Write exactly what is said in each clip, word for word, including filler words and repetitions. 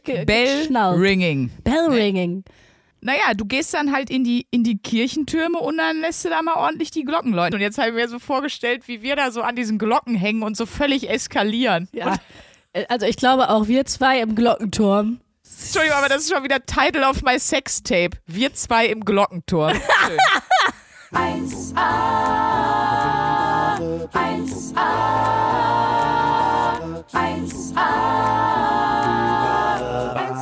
ge- Bell geschnallt. Ringing. Bell Ringing. Naja, du gehst dann halt in die, in die Kirchentürme und dann lässt du da mal ordentlich die Glocken läuten. Und jetzt habe ich mir so vorgestellt, wie wir da so an diesen Glocken hängen und so völlig eskalieren. Ja. Und, Also ich glaube auch wir zwei im Glockenturm. Entschuldigung, aber das ist schon wieder Title of my Sextape. Wir zwei im Glockenturm. Schön. eins a, eins a, eins a, eins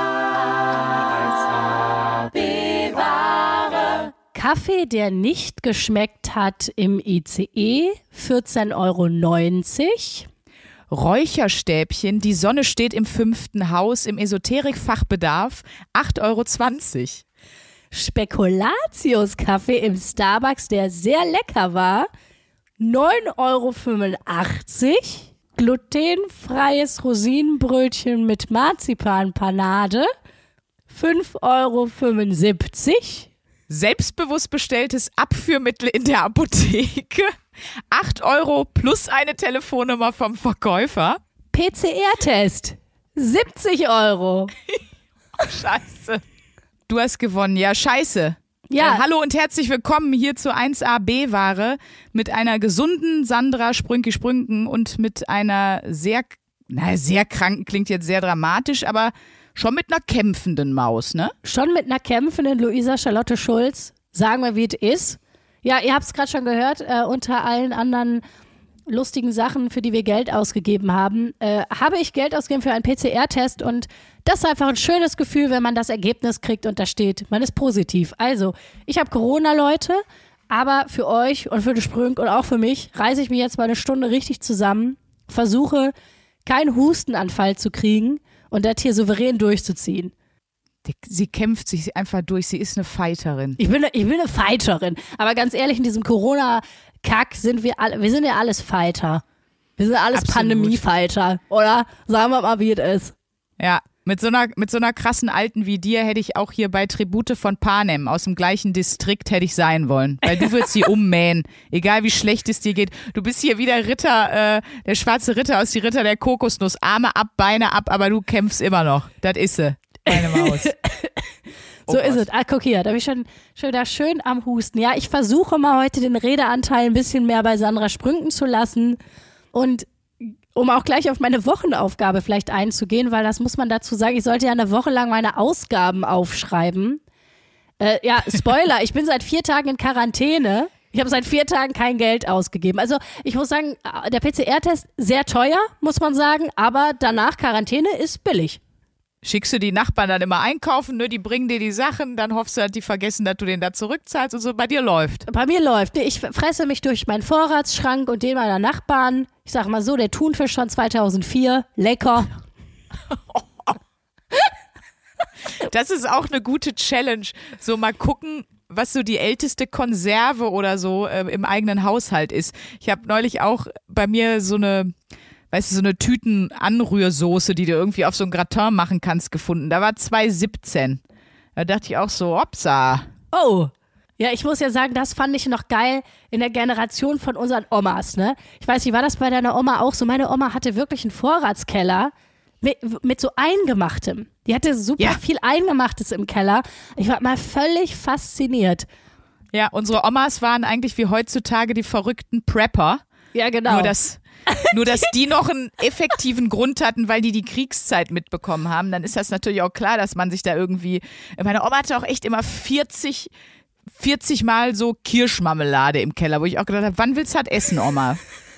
a, bewahre. Kaffee, der nicht geschmeckt hat im I C E, vierzehn Euro neunzig. Räucherstäbchen, die Sonne steht im fünften Haus, im Esoterik-Fachbedarf, acht Euro zwanzig. Spekulatius-Kaffee im Starbucks, der sehr lecker war, neun Euro fünfundachtzig. Glutenfreies Rosinenbrötchen mit Marzipanpanade, fünf Euro fünfundsiebzig. Selbstbewusst bestelltes Abführmittel in der Apotheke, acht Euro plus eine Telefonnummer vom Verkäufer. P C R-Test, siebzig Euro. Oh, scheiße. Du hast gewonnen. Ja, scheiße. Ja. Äh, hallo und herzlich willkommen hier zu eins A B-Ware mit einer gesunden Sandra Sprünki-Sprünken und mit einer sehr, naja, sehr kranken, klingt jetzt sehr dramatisch, aber schon mit einer kämpfenden Maus, ne? Schon mit einer kämpfenden Luisa Charlotte Schulz. Sagen wir, wie es ist. Ja, ihr habt es gerade schon gehört, äh, unter allen anderen lustigen Sachen, für die wir Geld ausgegeben haben, äh, habe ich Geld ausgegeben für einen P C R-Test und das ist einfach ein schönes Gefühl, wenn man das Ergebnis kriegt und da steht, man ist positiv. Also, ich habe Corona, Leute, aber für euch und für die Sprünk und auch für mich reiße ich mich jetzt mal eine Stunde richtig zusammen, versuche keinen Hustenanfall zu kriegen und das hier souverän durchzuziehen. Sie kämpft sich einfach durch, sie ist eine Fighterin. Ich bin, ich bin eine Fighterin, aber ganz ehrlich, in diesem Corona-Kack sind wir alle, wir sind ja alles Fighter. Wir sind alles Absolut. Pandemie-Fighter, oder? Sagen wir mal, wie es ist. Ja, mit so einer, mit so einer krassen Alten wie dir hätte ich auch hier bei Tribute von Panem aus dem gleichen Distrikt hätte ich sein wollen. Weil du würdest sie ummähen, egal wie schlecht es dir geht. Du bist hier wie der Ritter, äh, der schwarze Ritter aus die Ritter der Kokosnuss. Arme ab, Beine ab, aber du kämpfst immer noch. Das ist sie, meine Maus. So Oh ist Gott. es. Ah, guck hier, da bin ich schon, schon da schön am Husten. Ja, ich versuche mal heute den Redeanteil ein bisschen mehr bei Sandra Sprünken zu lassen und um auch gleich auf meine Wochenaufgabe vielleicht einzugehen, weil das muss man dazu sagen, ich sollte ja eine Woche lang meine Ausgaben aufschreiben. Äh, ja, Spoiler, ich bin seit vier Tagen in Quarantäne. Ich habe seit vier Tagen kein Geld ausgegeben. Also ich muss sagen, der P C R-Test sehr teuer, muss man sagen, aber danach Quarantäne ist billig. Schickst du die Nachbarn dann immer einkaufen, ne? Die bringen dir die Sachen, dann hoffst du, dass die vergessen, dass du den da zurückzahlst und so. Bei dir läuft. Bei mir läuft. Ich fresse mich durch meinen Vorratsschrank und den meiner Nachbarn. Ich sag mal so, der Thunfisch von zweitausendvier, lecker. Das ist auch eine gute Challenge. So mal gucken, was so die älteste Konserve oder so äh, im eigenen Haushalt ist. Ich habe neulich auch bei mir so eine, weißt du, so eine Tüten-Anrührsoße, die du irgendwie auf so ein Gratin machen kannst, gefunden. Da war zwei siebzehn. Da dachte ich auch so, hopsa. Oh. Ja, ich muss ja sagen, das fand ich noch geil in der Generation von unseren Omas, ne? Ich weiß nicht, war das bei deiner Oma auch so? Meine Oma hatte wirklich einen Vorratskeller mit, mit so Eingemachtem. Die hatte super Ja. viel Eingemachtes im Keller. Ich war mal völlig fasziniert. Ja, unsere Omas waren eigentlich wie heutzutage die verrückten Prepper. Ja, genau. Nur, dass, nur, dass die noch einen effektiven Grund hatten, weil die die Kriegszeit mitbekommen haben. Dann ist das natürlich auch klar, dass man sich da irgendwie. Meine Oma hatte auch echt immer vierzig, vierzig Mal so Kirschmarmelade im Keller, wo ich auch gedacht habe, wann willst du das essen, Oma?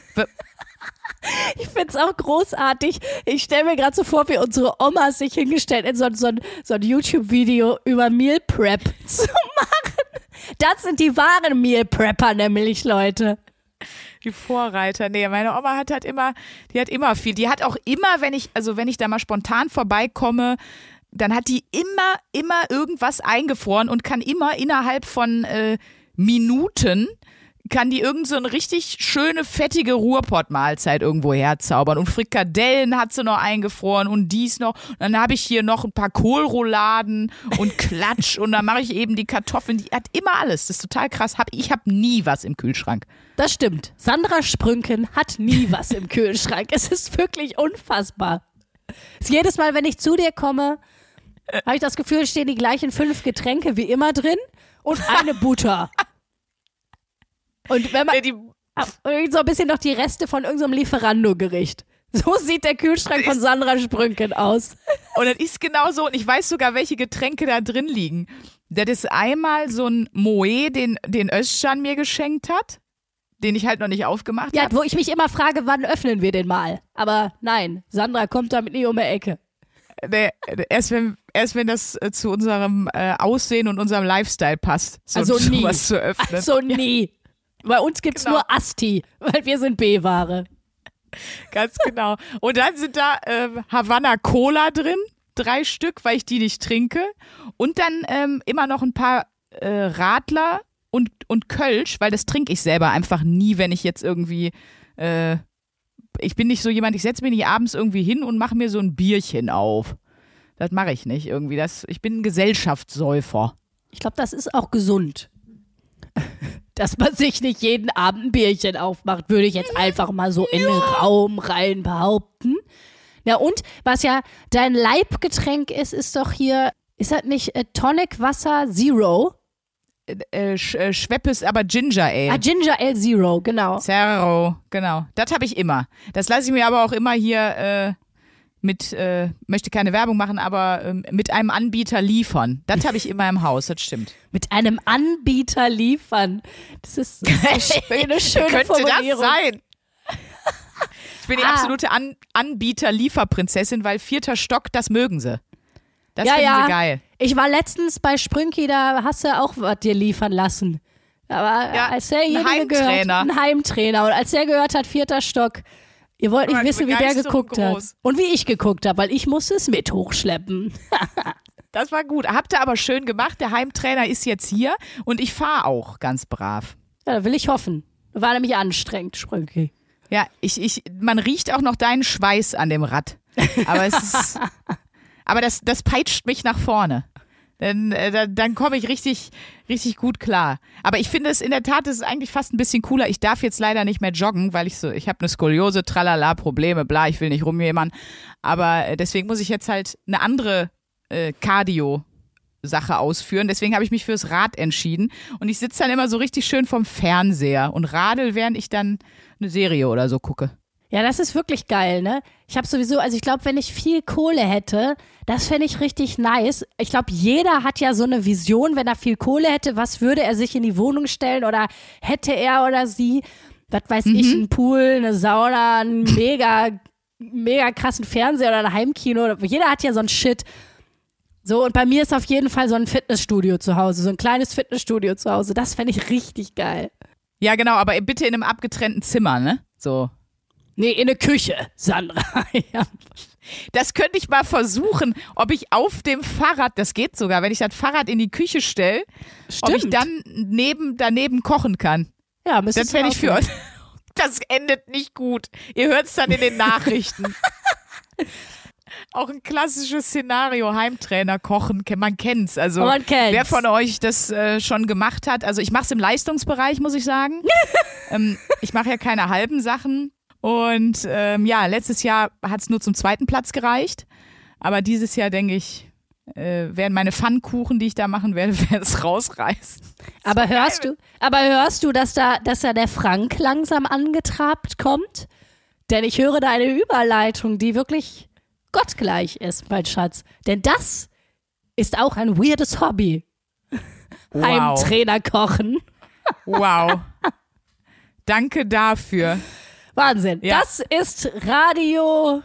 Ich find's auch großartig. Ich stelle mir gerade so vor, wie unsere Omas sich hingestellt in so, so, ein- so ein YouTube-Video über Meal Prep zu machen. Das sind die wahren Meal Prepper nämlich, Leute. Die Vorreiter. Nee, meine Oma hat halt immer, die hat immer viel. Die hat auch immer, wenn ich, also wenn ich da mal spontan vorbeikomme, dann hat die immer, immer irgendwas eingefroren und kann immer innerhalb von äh, Minuten kann die irgend so eine richtig schöne, fettige Ruhrpott-Mahlzeit irgendwo herzaubern. Und Frikadellen hat sie noch eingefroren und dies noch. Und dann habe ich hier noch ein paar Kohlrouladen und Klatsch und dann mache ich eben die Kartoffeln. Die hat immer alles. Das ist total krass. Hab, ich habe nie was im Kühlschrank. Das stimmt. Sandra Sprünken hat nie was im Kühlschrank. Es ist wirklich unfassbar. Jedes Mal, wenn ich zu dir komme, habe ich das Gefühl, es stehen die gleichen fünf Getränke wie immer drin und eine Butter. Und wenn man Ja, die, und so ein bisschen noch die Reste von irgendeinem Lieferando-Gericht. So sieht der Kühlschrank von Sandra Sprünken aus. und das ist genau so. Und ich weiß sogar, welche Getränke da drin liegen. Das ist einmal so ein Moe, den, den Özcan mir geschenkt hat, den ich halt noch nicht aufgemacht Ja, habe. wo ich mich immer frage, wann öffnen wir den mal? Aber nein, Sandra kommt damit nie um die Ecke. Der, der, erst, wenn, erst wenn das äh, zu unserem äh, Aussehen und unserem Lifestyle passt, so Also nie. sowas zu öffnen. Also nie. Bei uns gibt's Genau. nur Asti, weil wir sind B-Ware. Ganz genau. Und dann sind da äh, Havanna Cola drin, drei Stück, weil ich die nicht trinke. Und dann ähm, immer noch ein paar äh, Radler und, und Kölsch, weil das trinke ich selber einfach nie, wenn ich jetzt irgendwie, äh, ich bin nicht so jemand, ich setze mich nicht abends irgendwie hin und mache mir so ein Bierchen auf. Das mache ich nicht irgendwie. Das, ich bin ein Gesellschaftssäufer. Ich glaube, das ist auch gesund. Dass man sich nicht jeden Abend ein Bierchen aufmacht, würde ich jetzt einfach mal so in den Raum rein behaupten. Ja, und was ja dein Leibgetränk ist, ist doch hier, ist das nicht äh, Tonic Wasser Zero? Äh, Sch äh, Schweppes, aber Ginger Ale. Ah, Ginger Ale Zero, genau. Zero, genau. Das habe ich immer. Das lasse ich mir aber auch immer hier äh, mit, äh, möchte keine Werbung machen, aber ähm, mit einem Anbieter liefern. Das habe ich immer im Haus, das stimmt. Mit einem Anbieter liefern. Das ist, das ist eine schöne Könnte das Formulierung. sein? Ich bin die Ah. absolute An Anbieter-Lieferprinzessin, weil vierter Stock, das mögen sie. Das Ja, finden ja. sie geil. Ich war letztens bei Sprünki, da hast du auch was dir liefern lassen. Aber Ja, als ein derjenige gehört, Heimtrainer. ein Heimtrainer. Und als der gehört hat, vierter Stock, ihr wollt nicht War die wissen, wie der Begeisterung geguckt hat. groß. Und wie ich geguckt habe, weil ich musste es mit hochschleppen. Das war gut. Habt ihr aber schön gemacht. Der Heimtrainer ist jetzt hier und ich fahre auch ganz brav. Ja, da will ich hoffen. War nämlich anstrengend, Sprünki. Ja, ich, ich, man riecht auch noch deinen Schweiß an dem Rad. Aber es ist, aber das, das peitscht mich nach vorne. Dann, äh, dann, dann komme ich richtig, richtig gut klar. Aber ich finde es in der Tat, es ist eigentlich fast ein bisschen cooler. Ich darf jetzt leider nicht mehr joggen, weil ich so, ich habe eine Skoliose, tralala, Probleme, bla, ich will nicht rumjämmern. Aber äh, deswegen muss ich jetzt halt eine andere äh, Cardio-Sache ausführen. Deswegen habe ich mich fürs Rad entschieden. Und ich sitze dann immer so richtig schön vorm Fernseher und radel, während ich dann eine Serie oder so gucke. Ja, das ist wirklich geil, ne? Ich habe sowieso, also ich glaube, wenn ich viel Kohle hätte, das fände ich richtig nice. Ich glaube, jeder hat ja so eine Vision, wenn er viel Kohle hätte, was würde er sich in die Wohnung stellen oder hätte er oder sie, was weiß ich, einen Pool, eine Sauna, einen mega, mega krassen Fernseher oder ein Heimkino. Jeder hat ja so ein Shit. So, und bei mir ist auf jeden Fall so ein Fitnessstudio zu Hause, so ein kleines Fitnessstudio zu Hause. Das fände ich richtig geil. Ja, genau, aber bitte in einem abgetrennten Zimmer, ne? So. Nee, in der Küche, Sandra. Ja. Das könnte ich mal versuchen, ob ich auf dem Fahrrad, das geht sogar, wenn ich das Fahrrad in die Küche stelle, ob ich Stimmt. dann neben, daneben kochen kann. Ja, Das müsstest werde du ich für auch euch. Das endet nicht gut. Ihr hört es dann in den Nachrichten. Auch ein klassisches Szenario, Heimtrainer kochen, man kennt's. Also Man kennt's. wer von euch das äh, schon gemacht hat, also ich mache es im Leistungsbereich, muss ich sagen. ähm, ich mache ja keine halben Sachen. Und ähm, ja, letztes Jahr hat es nur zum zweiten Platz gereicht. Aber dieses Jahr, denke ich, äh, werden meine Pfannkuchen, die ich da machen werde, werden es rausreißen. Aber hörst du, aber hörst du, dass da, dass da der Frank langsam angetrabt kommt? Denn ich höre da eine Überleitung, die wirklich gottgleich ist, mein Schatz. Denn das ist auch ein weirdes Hobby. Wow. Heimtrainer kochen. Wow. Danke dafür. Wahnsinn. Ja. Das ist Radio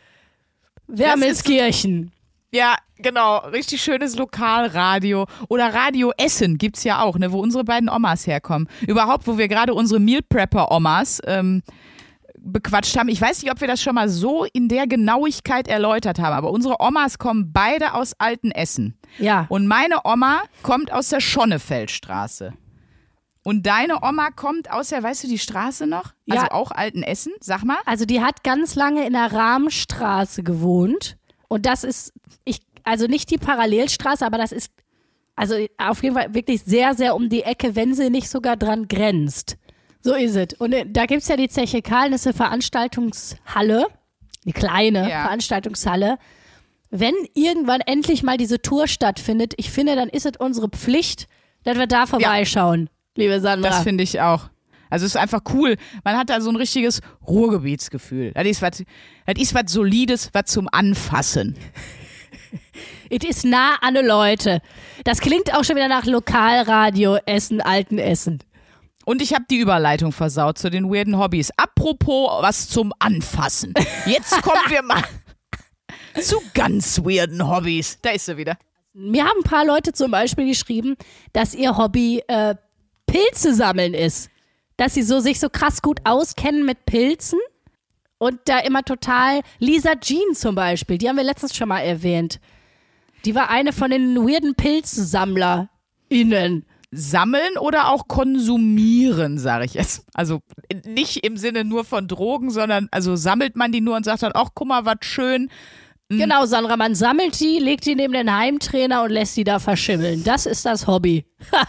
Wermelskirchen. Ja, genau. Richtig schönes Lokalradio. Oder Radio Essen gibt's ja auch, ne, wo unsere beiden Omas herkommen. Überhaupt, wo wir gerade unsere Meal Prepper-Omas ähm, bequatscht haben. Ich weiß nicht, ob wir das schon mal so in der Genauigkeit erläutert haben, aber unsere Omas kommen beide aus Altenessen. Ja. Und meine Oma kommt aus der Schonnefeldstraße. Und deine Oma kommt aus der, weißt du die Straße noch? Also Ja. auch Altenessen, sag mal. Also die hat ganz lange in der Rahmstraße gewohnt. Und das ist, ich, also nicht die Parallelstraße, aber das ist, also auf jeden Fall wirklich sehr, sehr um die Ecke, wenn sie nicht sogar dran grenzt. So ist es. Und da gibt es ja die Zeche Karl, das ist eine Veranstaltungshalle. eine kleine Ja. Veranstaltungshalle. Wenn irgendwann endlich mal diese Tour stattfindet, ich finde, dann ist es unsere Pflicht, dass wir da vorbeischauen, liebe Sandra. Das finde ich auch. Also es ist einfach cool. Man hat da so ein richtiges Ruhrgebietsgefühl. Das ist was, das ist was Solides, was zum Anfassen. Es ist nah an die Leute. Das klingt auch schon wieder nach Lokalradio Essen, Alten Essen. Und ich habe die Überleitung versaut zu den weirden Hobbys. Apropos was zum Anfassen. Jetzt kommen wir mal zu ganz weirden Hobbys. Da ist sie wieder. Mir haben ein paar Leute zum Beispiel geschrieben, dass ihr Hobby äh, Pilze sammeln ist. Dass sie so sich so krass gut auskennen mit Pilzen und da immer total, Lisa Jean zum Beispiel, die haben wir letztens schon mal erwähnt. Die war eine von den weirden PilzsammlerInnen. Sammeln oder auch konsumieren, sage ich jetzt. Also nicht im Sinne nur von Drogen, sondern also sammelt man die nur und sagt dann, ach guck mal, was schön. Genau, Sandra, man sammelt die, legt die neben den Heimtrainer und lässt die da verschimmeln. Das ist das Hobby.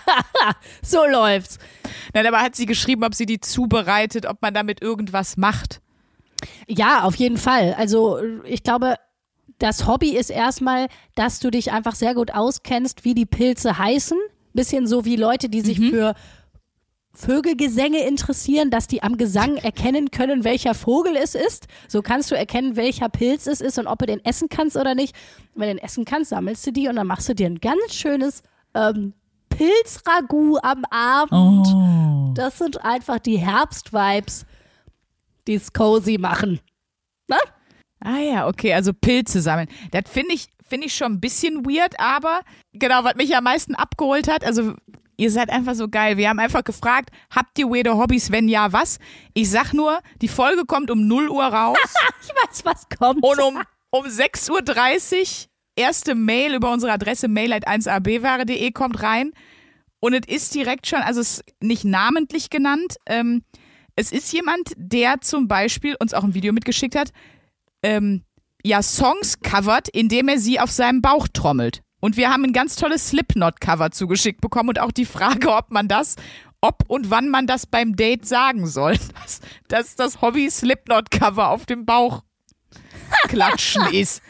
So läuft's. Nein, aber hat sie geschrieben, ob sie die zubereitet, ob man damit irgendwas macht? Ja, auf jeden Fall. Also ich glaube, das Hobby ist erstmal, dass du dich einfach sehr gut auskennst, wie die Pilze heißen. Bisschen so wie Leute, die sich Mhm. für Vögelgesänge interessieren, dass die am Gesang erkennen können, welcher Vogel es ist. So kannst du erkennen, welcher Pilz es ist und ob du den essen kannst oder nicht. Und wenn du den essen kannst, sammelst du die und dann machst du dir ein ganz schönes ähm, Pilzragout am Abend. Oh. Das sind einfach die Herbst-Vibes, die es cozy machen. Na? Ah ja, okay, also Pilze sammeln. Das finde ich, finde ich schon ein bisschen weird, aber genau, was mich am meisten abgeholt hat, also ihr seid einfach so geil. Wir haben einfach gefragt, habt ihr weirde Hobbys? Wenn ja, was? Ich sag nur, die Folge kommt um null Uhr raus Ich weiß, was kommt. und um, um sechs Uhr dreißig erste Mail über unsere Adresse mail at eins a b ware punkt de kommt rein und es ist direkt schon, also es ist nicht namentlich genannt, ähm, es ist jemand, der zum Beispiel uns auch ein Video mitgeschickt hat, ähm, ja, Songs covert, indem er sie auf seinem Bauch trommelt. Und wir haben ein ganz tolles Slipknot-Cover zugeschickt bekommen und auch die Frage, ob man das, ob und wann man das beim Date sagen soll. Dass, dass das Hobby Slipknot-Cover auf dem Bauch klatschen ist.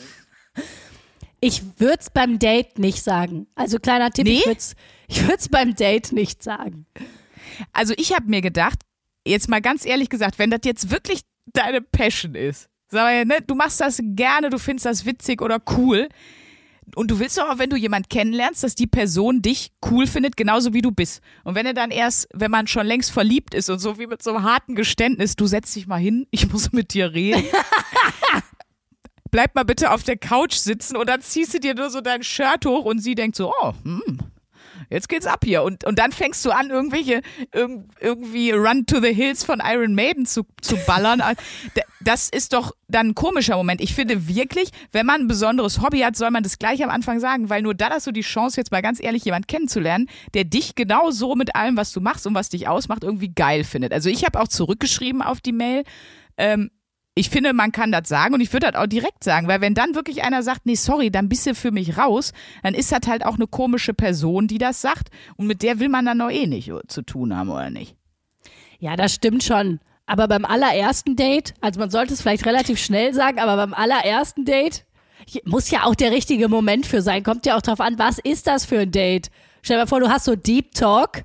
Ich würde es beim Date nicht sagen. Also kleiner Tipp, Nee? ich würde es ich würd's beim Date nicht sagen. Also ich habe mir gedacht, jetzt mal ganz ehrlich gesagt, wenn das jetzt wirklich deine Passion ist, sag mal, ne, du machst das gerne, du findest das witzig oder cool und du willst doch auch, wenn du jemanden kennenlernst, dass die Person dich cool findet, genauso wie du bist. Und wenn er dann erst, wenn man schon längst verliebt ist und so wie mit so einem harten Geständnis, du setzt dich mal hin, ich muss mit dir reden. Bleib mal bitte auf der Couch sitzen und dann ziehst du dir nur so dein Shirt hoch und sie denkt so, oh, hm, jetzt geht's ab hier. Und, und dann fängst du an, irgendwelche, irg- irgendwie Run to the Hills von Iron Maiden zu, zu ballern. Das ist doch dann ein komischer Moment. Ich finde wirklich, wenn man ein besonderes Hobby hat, soll man das gleich am Anfang sagen, weil nur dann hast du die Chance, jetzt mal ganz ehrlich jemanden kennenzulernen, der dich genau so mit allem, was du machst und was dich ausmacht, irgendwie geil findet. Also ich habe auch zurückgeschrieben auf die Mail, ähm, ich finde, man kann das sagen und ich würde das auch direkt sagen, weil wenn dann wirklich einer sagt, nee, sorry, dann bist du für mich raus, dann ist das halt auch eine komische Person, die das sagt und mit der will man dann noch eh nicht zu tun haben, oder nicht? Ja, das stimmt schon. Aber beim allerersten Date, also man sollte es vielleicht relativ schnell sagen, aber beim allerersten Date muss ja auch der richtige Moment für sein. Kommt ja auch drauf an, was ist das für ein Date? Stell dir mal vor, du hast so Deep Talk.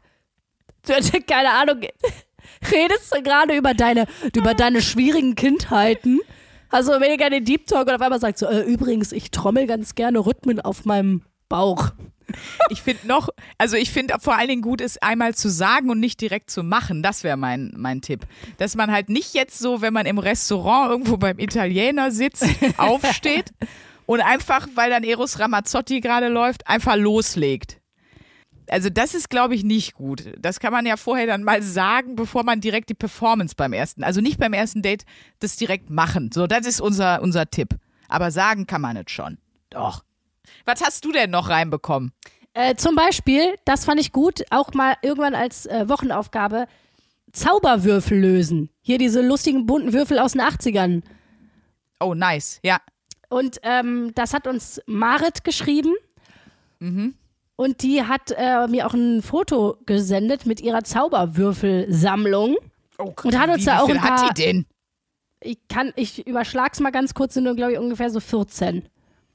Keine Ahnung. Redest du gerade über deine, über deine schwierigen Kindheiten? Hast du mega den Deep Talk und auf einmal sagst du, äh, übrigens, ich trommel ganz gerne Rhythmen auf meinem Bauch. Ich finde noch, also ich finde vor allen Dingen gut, es einmal zu sagen und nicht direkt zu machen. Das wäre mein, mein Tipp. Dass man halt nicht jetzt so, wenn man im Restaurant irgendwo beim Italiener sitzt, aufsteht und einfach, weil dann Eros Ramazzotti gerade läuft, einfach loslegt. Also das ist, glaube ich, nicht gut. Das kann man ja vorher dann mal sagen, bevor man direkt die Performance beim ersten, also nicht beim ersten Date, das direkt machen. So, das ist unser, unser Tipp. Aber sagen kann man es schon. Doch. Was hast du denn noch reinbekommen? Äh, zum Beispiel, das fand ich gut, auch mal irgendwann als äh, Wochenaufgabe, Zauberwürfel lösen. Hier diese lustigen bunten Würfel aus den achtzigern. Oh, nice, ja. Und ähm, das hat uns Marit geschrieben. Mhm. Und die hat äh, mir auch ein Foto gesendet mit ihrer Zauberwürfelsammlung. Oh, Und hat uns wie, da wie auch viel ein paar- hat die denn? ich kann, ich überschlag's mal ganz kurz, sind nur, glaube ich, ungefähr so vierzehn.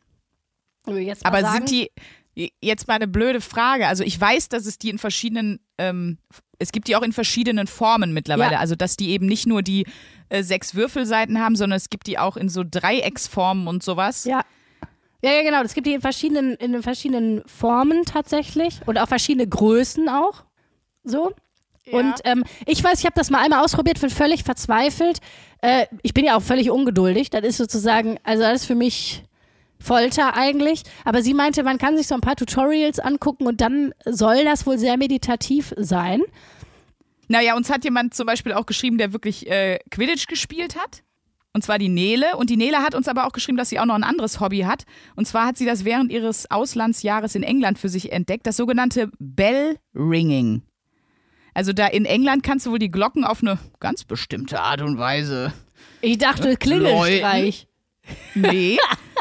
Jetzt mal Aber sagen. sind die, jetzt mal eine blöde Frage, also ich weiß, dass es die in verschiedenen, ähm, es gibt die auch in verschiedenen Formen mittlerweile, Ja. also dass die eben nicht nur die äh, sechs Würfelseiten haben, sondern es gibt die auch in so Dreiecksformen und sowas. Ja. Ja, ja, genau. Es gibt die in verschiedenen, in den verschiedenen Formen tatsächlich und auch verschiedene Größen auch. So. Ja. Und ähm, ich weiß, ich habe das mal einmal ausprobiert, bin völlig verzweifelt. Äh, ich bin ja auch völlig ungeduldig. Das ist sozusagen, also das ist für mich Folter eigentlich. Aber sie meinte, man kann sich so ein paar Tutorials angucken und dann soll das wohl sehr meditativ sein. Naja, uns hat jemand zum Beispiel auch geschrieben, der wirklich äh, Quidditch gespielt hat. Und zwar die Nele. Und die Nele hat uns aber auch geschrieben, dass sie auch noch ein anderes Hobby hat. Und zwar hat sie das während ihres Auslandsjahres in England für sich entdeckt, das sogenannte Bell Ringing. Also da in England kannst du wohl die Glocken auf eine ganz bestimmte Art und Weise. Ich dachte, Klingelstreich. Nee.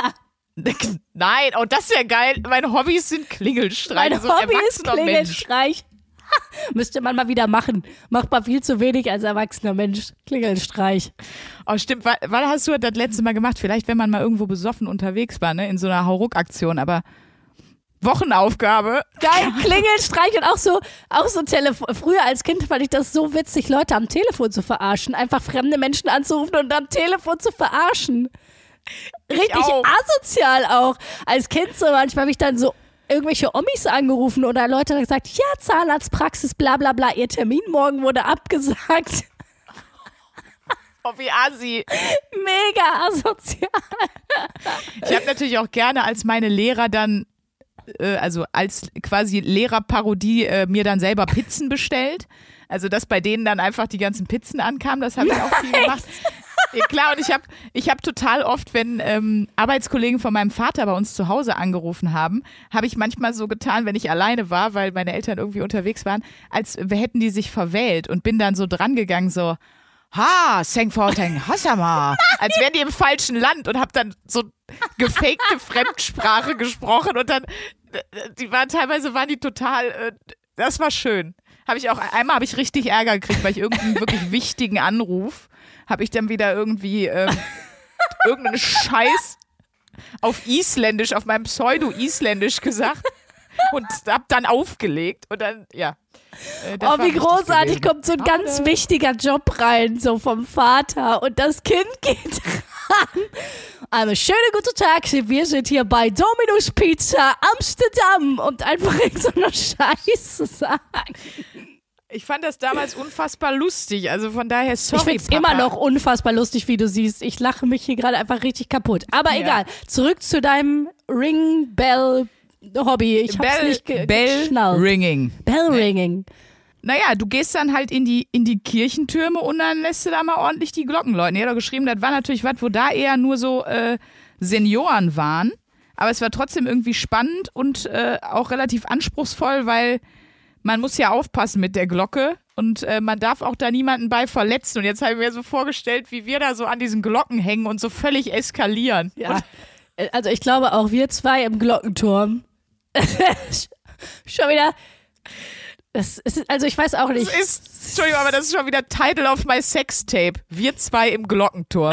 Nein, oh, das wäre geil. Meine Hobbys sind Klingelstreich. Mein so ein Hobby ist erwachsener Mensch. Klingelstreich. Müsste man mal wieder machen. Macht man viel zu wenig als erwachsener Mensch. Klingelstreich. Oh, stimmt. Wann, wann hast du das letzte Mal gemacht? Vielleicht, wenn man mal irgendwo besoffen unterwegs war, ne? In so einer Hauruck-Aktion. Aber Wochenaufgabe. Geil, Klingelstreich und auch so, auch so Telefon. Früher als Kind fand ich das so witzig, Leute am Telefon zu verarschen. Einfach fremde Menschen anzurufen und am Telefon zu verarschen. Richtig auch. asozial auch. Als Kind so manchmal habe ich dann so irgendwelche Omis angerufen oder Leute haben gesagt, ja, Zahnarztpraxis, bla bla bla, ihr Termin morgen wurde abgesagt. Oh, wie assi. Mega asozial. Ich habe natürlich auch gerne als meine Lehrer dann, äh, also als quasi Lehrerparodie, äh, mir dann selber Pizzen bestellt. Also dass bei denen dann einfach die ganzen Pizzen ankamen, das habe ich auch viel gemacht. Ja, klar, und ich habe ich hab total oft, wenn ähm, Arbeitskollegen von meinem Vater bei uns zu Hause angerufen haben, habe ich manchmal so getan, wenn ich alleine war, weil meine Eltern irgendwie unterwegs waren, als hätten die sich verwählt und bin dann so drangegangen, so, ha, Sengforteng, Hassama, als wären die im falschen Land und habe dann so gefakte Fremdsprache gesprochen und dann, die waren teilweise, waren die total, äh, das war schön. Habe ich auch, einmal habe ich richtig Ärger gekriegt, weil ich irgendeinen wirklich wichtigen Anruf habe ich dann wieder irgendwie ähm, irgendeinen Scheiß auf Isländisch, auf meinem Pseudo-Isländisch gesagt und hab dann aufgelegt und dann, ja. Äh, das Oh, war wie wichtig großartig, gewesen. kommt so ein ganz wichtiger Job rein, so vom Vater und das Kind geht ran. Einen schönen guten Tag, wir sind hier bei Domino's Pizza Amsterdam und einfach irgend so eine Scheiße sagen. Ich fand das damals unfassbar lustig, also von daher sorry, Ich find's Papa. immer noch unfassbar lustig, wie du siehst. Ich lache mich hier gerade einfach richtig kaputt. Aber Ja. egal, zurück zu deinem Ring-Bell-Hobby. Ich hab's Bell, nicht ge Bell geschnallt. Ringing. Bell-Ringing. Naja, du gehst dann halt in die, in die Kirchentürme und dann lässt du da mal ordentlich die Glocken läuten. Er hat doch geschrieben, das war natürlich was, wo da eher nur so äh, Senioren waren. Aber es war trotzdem irgendwie spannend und äh, auch relativ anspruchsvoll, weil man muss ja aufpassen mit der Glocke und äh, man darf auch da niemanden bei verletzen. Und jetzt habe ich mir so vorgestellt, wie wir da so an diesen Glocken hängen und so völlig eskalieren. Ja. Also ich glaube auch wir zwei im Glockenturm. Schon wieder. Das ist, also ich weiß auch nicht. Das ist, Entschuldigung, aber das ist schon wieder Title of my Sextape. Wir zwei im Glockenturm.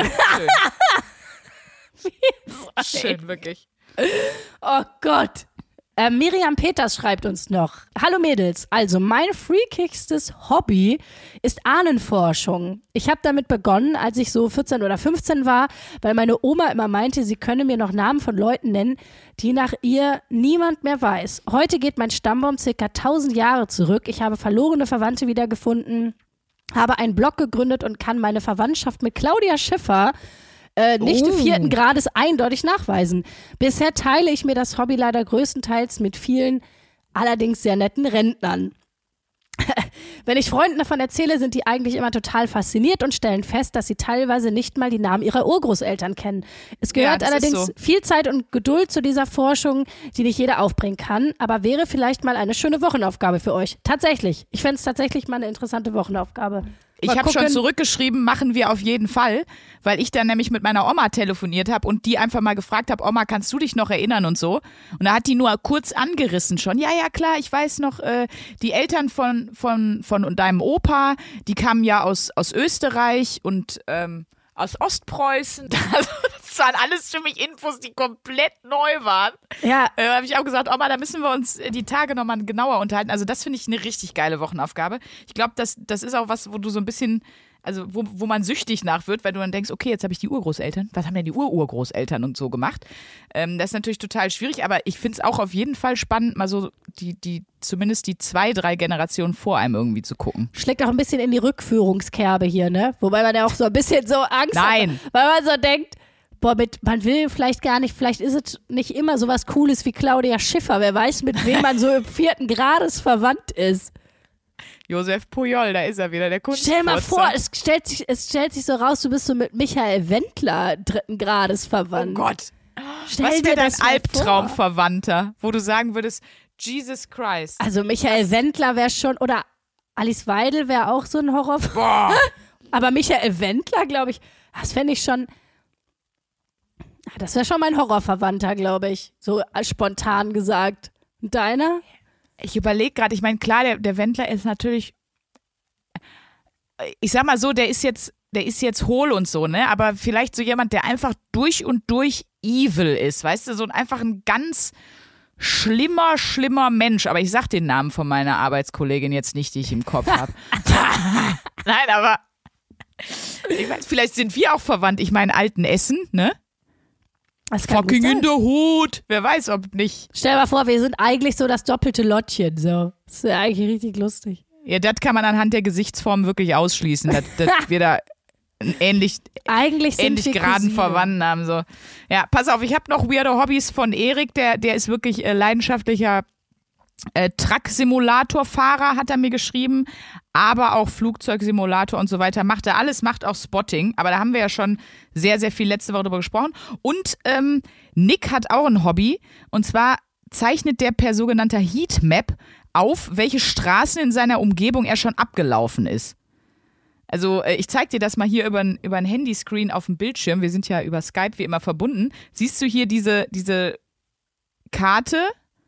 Schön. Schön, wirklich. Oh Gott. Äh, Miriam Peters schreibt uns noch. Hallo Mädels, also mein freakigstes Hobby ist Ahnenforschung. Ich habe damit begonnen, als ich so vierzehn oder fünfzehn war, weil meine Oma immer meinte, sie könne mir noch Namen von Leuten nennen, die nach ihr niemand mehr weiß. Heute geht mein Stammbaum circa tausend Jahre zurück. Ich habe verlorene Verwandte wiedergefunden, habe einen Blog gegründet und kann meine Verwandtschaft mit Claudia Schiffer Äh, nicht Oh. vierten Grades eindeutig nachweisen. Bisher teile ich mir das Hobby leider größtenteils mit vielen, allerdings sehr netten Rentnern. Wenn ich Freunden davon erzähle, sind die eigentlich immer total fasziniert und stellen fest, dass sie teilweise nicht mal die Namen ihrer Urgroßeltern kennen. Es gehört Ja, das ist allerdings so. viel Zeit und Geduld zu dieser Forschung, die nicht jeder aufbringen kann, aber wäre vielleicht mal eine schöne Wochenaufgabe für euch. Tatsächlich. Ich fände es tatsächlich mal eine interessante Wochenaufgabe. Ich Mal habe schon gucken. zurückgeschrieben, machen wir auf jeden Fall, weil ich dann nämlich mit meiner Oma telefoniert habe und die einfach mal gefragt habe, Oma, kannst du dich noch erinnern und so? Und da hat die nur kurz angerissen schon. Ja, ja, klar, ich weiß noch, äh, die Eltern von, von, von deinem Opa, die kamen ja aus, aus Österreich und ähm, aus Ostpreußen. Also, das waren alles für mich Infos, die komplett neu waren. Ja. Da habe ich auch gesagt, Oma, da müssen wir uns die Tage nochmal genauer unterhalten. Also das finde ich eine richtig geile Wochenaufgabe. Ich glaube, das, das ist auch was, wo du so ein bisschen, also wo, wo man süchtig nach wird, weil du dann denkst, okay, jetzt habe ich die Urgroßeltern. Was haben denn die Ururgroßeltern und so gemacht? Ähm, das ist natürlich total schwierig, aber ich finde es auch auf jeden Fall spannend, mal so die, die, zumindest die zwei, drei Generationen vor einem irgendwie zu gucken. Schlägt auch ein bisschen in die Rückführungskerbe hier, ne? Wobei man ja auch so ein bisschen so Angst Nein. hat, weil man so denkt, boah, mit, man will vielleicht gar nicht, vielleicht ist es nicht immer so was Cooles wie Claudia Schiffer. Wer weiß, mit wem man so im vierten Grades verwandt ist. Josef Pujol, da ist er wieder, der Kunstfurzer. Stell mal vor, es stellt, sich, es stellt sich so raus, du bist so mit Michael Wendler dritten Grades verwandt. Oh Gott. Stell Was dir wäre dein das mal Albtraumverwandter, wo du sagen würdest, Jesus Christ. Also Michael das Wendler wäre schon, oder Alice Weidel wäre auch so ein Horror. Boah. Aber Michael Wendler, glaube ich, das fände ich schon, das wäre schon mein Horrorverwandter, glaube ich. So spontan gesagt. Und deiner? Ich überlege gerade, ich meine, klar, der, der Wendler ist natürlich, ich sag mal so, der ist jetzt, der ist jetzt hohl und so, ne? Aber vielleicht so jemand, der einfach durch und durch evil ist, weißt du, so einfach ein ganz schlimmer, schlimmer Mensch. Aber ich sag den Namen von meiner Arbeitskollegin jetzt nicht, die ich im Kopf habe. Nein, aber ich weiß, vielleicht sind wir auch verwandt. Ich meine, alten Essen, ne? Das kann Fucking gut sein. in der Hut. Wer weiß, ob nicht. Stell dir mal vor, wir sind eigentlich so das doppelte Lottchen. So. Das wäre eigentlich richtig lustig. Ja, das kann man anhand der Gesichtsform wirklich ausschließen, dass, dass wir da einen ähnlich, eigentlich sind ähnlich wir geraden Cousine. Verwandten haben. So. Ja, pass auf, ich habe noch weirde Hobbys von Erik, der, der ist wirklich äh, leidenschaftlicher äh, Truck-Simulator-Fahrer, hat er mir geschrieben, aber auch Flugzeugsimulator und so weiter. Macht er alles, macht auch Spotting, aber da haben wir ja schon sehr, sehr viel letzte Woche drüber gesprochen. Und ähm, Nick hat auch ein Hobby, und zwar zeichnet der per sogenannter Heatmap auf, welche Straßen in seiner Umgebung er schon abgelaufen ist. Also äh, ich zeig dir das mal hier über ein, über ein Handyscreen auf dem Bildschirm. Wir sind ja über Skype wie immer verbunden. Siehst du hier diese, diese Karte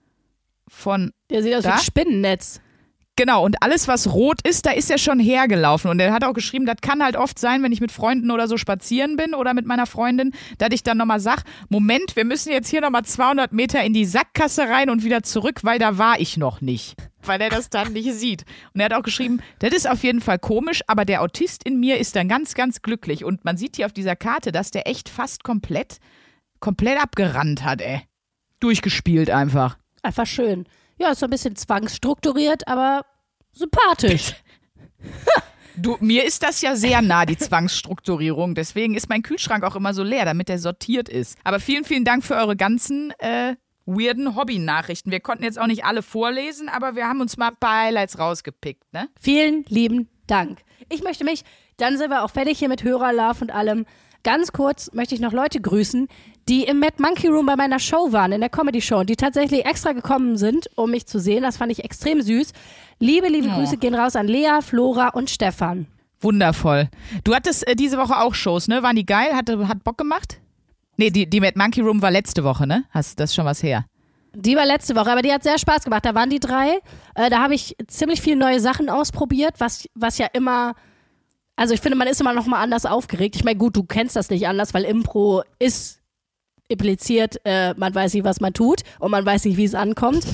von Der sieht aus wie da? ein Spinnennetz. Genau, und alles, was rot ist, da ist er schon hergelaufen. Und er hat auch geschrieben, das kann halt oft sein, wenn ich mit Freunden oder so spazieren bin oder mit meiner Freundin, dass ich dann nochmal sag, Moment, wir müssen jetzt hier nochmal zweihundert Meter in die Sackgasse rein und wieder zurück, weil da war ich noch nicht. Weil er das dann nicht sieht. Und er hat auch geschrieben, das ist auf jeden Fall komisch, aber der Autist in mir ist dann ganz, ganz glücklich. Und man sieht hier auf dieser Karte, dass der echt fast komplett, komplett abgerannt hat, ey. Durchgespielt einfach. Einfach schön. Ja, ist so ein bisschen zwangsstrukturiert, aber sympathisch. Du, mir ist das ja sehr nah, die Zwangsstrukturierung. Deswegen ist mein Kühlschrank auch immer so leer, damit er sortiert ist. Aber vielen, vielen Dank für eure ganzen äh, weirden Hobby-Nachrichten. Wir konnten jetzt auch nicht alle vorlesen, aber wir haben uns mal ein paar Highlights rausgepickt, ne? Vielen lieben Dank. Ich möchte mich, dann sind wir auch fertig hier mit Hörerlove und allem. Ganz kurz möchte ich noch Leute grüßen, die im Mad Monkey Room bei meiner Show waren, in der Comedy-Show, und die tatsächlich extra gekommen sind, um mich zu sehen. Das fand ich extrem süß. Liebe, liebe Oh. Grüße gehen raus an Lea, Flora und Stefan. Wundervoll. Du hattest äh, diese Woche auch Shows, ne? Waren die geil? Hat, hat Bock gemacht? Nee, die, die Mad Monkey Room war letzte Woche, ne? Hast, das ist schon was her. Die war letzte Woche, aber die hat sehr Spaß gemacht. Da waren die drei. Äh, da habe ich ziemlich viele neue Sachen ausprobiert, was, was ja immer, also ich finde, man ist immer noch mal anders aufgeregt. Ich meine, gut, du kennst das nicht anders, weil Impro ist impliziert, äh, man weiß nicht, was man tut und man weiß nicht, wie es ankommt.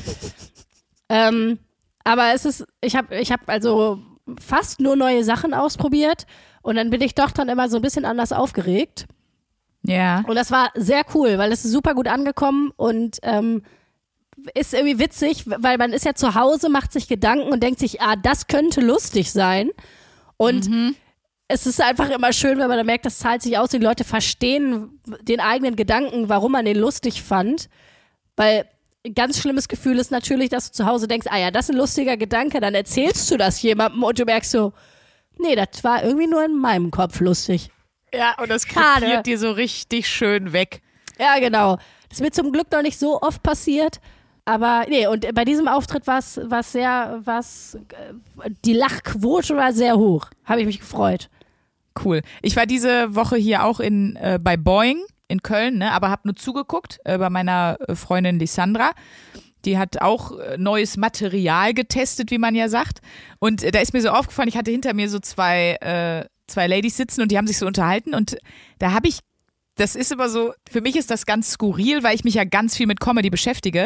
ähm, aber es ist, ich habe ich hab also fast nur neue Sachen ausprobiert und dann bin ich doch dann immer so ein bisschen anders aufgeregt. Ja. Und das war sehr cool, weil es ist super gut angekommen und ähm, ist irgendwie witzig, weil man ist ja zu Hause, macht sich Gedanken und denkt sich, ah, das könnte lustig sein. Und Mhm. es ist einfach immer schön, wenn man dann merkt, das zahlt sich aus, die Leute verstehen den eigenen Gedanken, warum man den lustig fand. Weil ein ganz schlimmes Gefühl ist natürlich, dass du zu Hause denkst, ah ja, das ist ein lustiger Gedanke, dann erzählst du das jemandem und du merkst so, nee, das war irgendwie nur in meinem Kopf lustig. Ja, und das Schade. krepiert dir so richtig schön weg. Ja, genau. Das ist mir zum Glück noch nicht so oft passiert. Aber nee, und bei diesem Auftritt war es sehr, war's, äh, die Lachquote war sehr hoch. Habe ich mich gefreut. Cool. Ich war diese Woche hier auch in äh, bei Boeing in Köln, ne, aber habe nur zugeguckt äh, bei meiner äh, Freundin Lissandra. Die hat auch äh, neues Material getestet, wie man ja sagt. Und äh, da ist mir so aufgefallen, ich hatte hinter mir so zwei, äh, zwei Ladies sitzen und die haben sich so unterhalten und da habe ich, das ist immer so, für mich ist das ganz skurril, weil ich mich ja ganz viel mit Comedy beschäftige.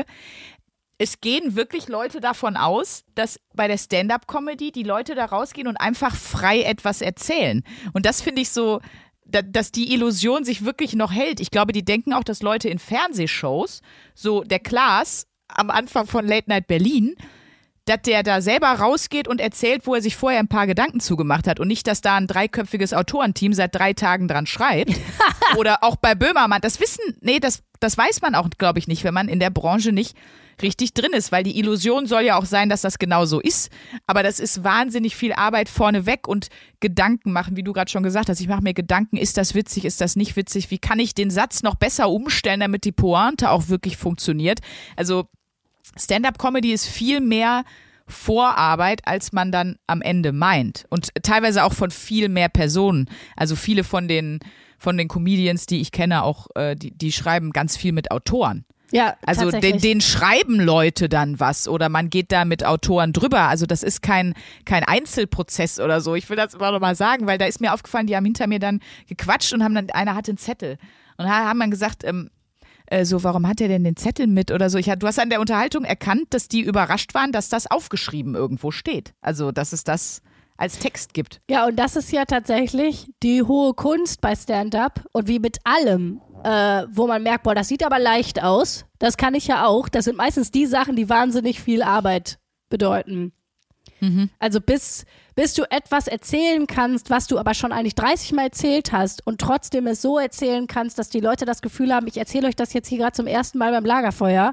Es gehen wirklich Leute davon aus, dass bei der Stand-up-Comedy die Leute da rausgehen und einfach frei etwas erzählen. Und das finde ich so, dass die Illusion sich wirklich noch hält. Ich glaube, die denken auch, dass Leute in Fernsehshows, so der Klaas am Anfang von Late Night Berlin, dass der da selber rausgeht und erzählt, wo er sich vorher ein paar Gedanken zugemacht hat und nicht, dass da ein dreiköpfiges Autorenteam seit drei Tagen dran schreibt. Oder auch bei Böhmermann. Das wissen, nee, das, das weiß man auch, glaube ich, nicht, wenn man in der Branche nicht richtig drin ist, weil die Illusion soll ja auch sein, dass das genau so ist. Aber das ist wahnsinnig viel Arbeit vorneweg und Gedanken machen, wie du gerade schon gesagt hast. Ich mache mir Gedanken, ist das witzig, ist das nicht witzig? Wie kann ich den Satz noch besser umstellen, damit die Pointe auch wirklich funktioniert? Also Stand-up-Comedy ist viel mehr Vorarbeit, als man dann am Ende meint. Und teilweise auch von viel mehr Personen. Also viele von den, von den Comedians, die ich kenne, auch äh, die, die schreiben ganz viel mit Autoren. Ja, also den, den schreiben Leute dann was oder man geht da mit Autoren drüber. Also das ist kein, kein Einzelprozess oder so. Ich will das immer noch mal sagen, weil da ist mir aufgefallen, die haben hinter mir dann gequatscht und haben dann, einer hatte einen Zettel. Und da haben dann gesagt, ähm, äh, so, warum hat er denn den Zettel mit oder so? Ich, du hast an der Unterhaltung erkannt, dass die überrascht waren, dass das aufgeschrieben irgendwo steht. Also, dass es das als Text gibt. Ja, und das ist ja tatsächlich die hohe Kunst bei Stand-up und wie mit allem, äh, wo man merkt, boah, das sieht aber leicht aus. Das kann ich ja auch. Das sind meistens die Sachen, die wahnsinnig viel Arbeit bedeuten. Mhm. Also bis, bis du etwas erzählen kannst, was du aber schon eigentlich dreißig Mal erzählt hast und trotzdem es so erzählen kannst, dass die Leute das Gefühl haben, ich erzähle euch das jetzt hier gerade zum ersten Mal beim Lagerfeuer.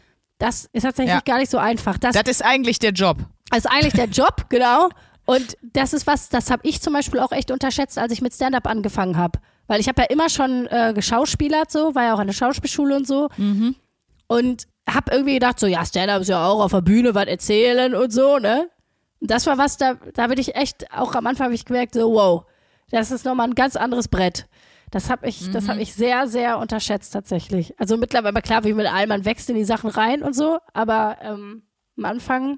Das ist tatsächlich ja. gar nicht so einfach. Das, das ist eigentlich der Job. Das ist eigentlich der Job, genau. Und das ist was, das habe ich zum Beispiel auch echt unterschätzt, als ich mit Stand-up angefangen habe. Weil ich habe ja immer schon äh, geschauspielert, so, war ja auch an der Schauspielschule und so. Mhm. Und habe irgendwie gedacht, so, ja, Stand-up ist ja auch auf der Bühne was erzählen und so, ne? Und das war was, da, da bin ich echt, auch am Anfang habe ich gemerkt, so, wow, das ist nochmal ein ganz anderes Brett. Das habe ich, mhm. das habe ich sehr, sehr unterschätzt tatsächlich. Also mittlerweile, klar, wie mit allem, man wächst in die Sachen rein und so, aber ähm, am Anfang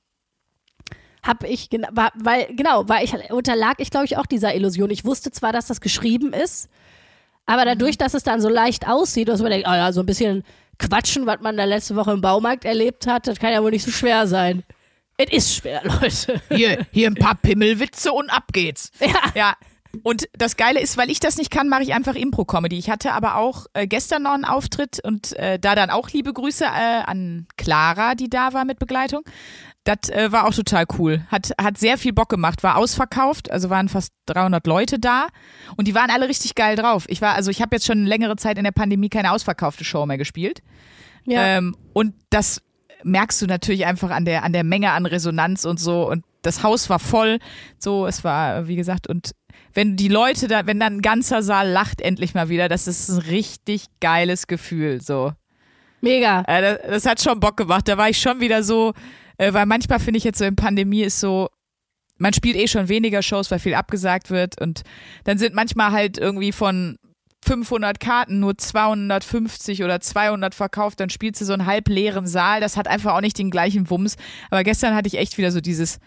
habe ich, war, weil, genau, weil ich, unterlag ich, glaube ich, auch dieser Illusion. Ich wusste zwar, dass das geschrieben ist, aber dadurch, dass es dann so leicht aussieht, dass man denkt, oh ja, so ein bisschen quatschen, was man da letzte Woche im Baumarkt erlebt hat, das kann ja wohl nicht so schwer sein. Es ist schwer, Leute. Hier, hier ein paar Pimmelwitze und ab geht's. Ja. ja. Und das Geile ist, weil ich das nicht kann, mache ich einfach Impro-Comedy. Ich hatte aber auch äh, gestern noch einen Auftritt und äh, da dann auch liebe Grüße äh, an Clara, die da war mit Begleitung. Das äh, war auch total cool. Hat, hat sehr viel Bock gemacht. War ausverkauft, also waren fast dreihundert Leute da und die waren alle richtig geil drauf. Ich war, also ich habe jetzt schon längere Zeit in der Pandemie keine ausverkaufte Show mehr gespielt. Ja. Ähm, und das merkst du natürlich einfach an der, an der Menge an Resonanz und so. Und das Haus war voll. So, es war, wie gesagt, und wenn die Leute da, wenn dann ein ganzer Saal lacht endlich mal wieder, das ist ein richtig geiles Gefühl. So. Mega. Äh, das, das hat schon Bock gemacht. Da war ich schon wieder so, äh, weil manchmal finde ich jetzt so in Pandemie ist so, man spielt eh schon weniger Shows, weil viel abgesagt wird. Und dann sind manchmal halt irgendwie von fünfhundert Karten nur zweihundertfünfzig oder zweihundert verkauft, dann spielst du so einen halb leeren Saal, das hat einfach auch nicht den gleichen Wumms, aber gestern hatte ich echt wieder so dieses,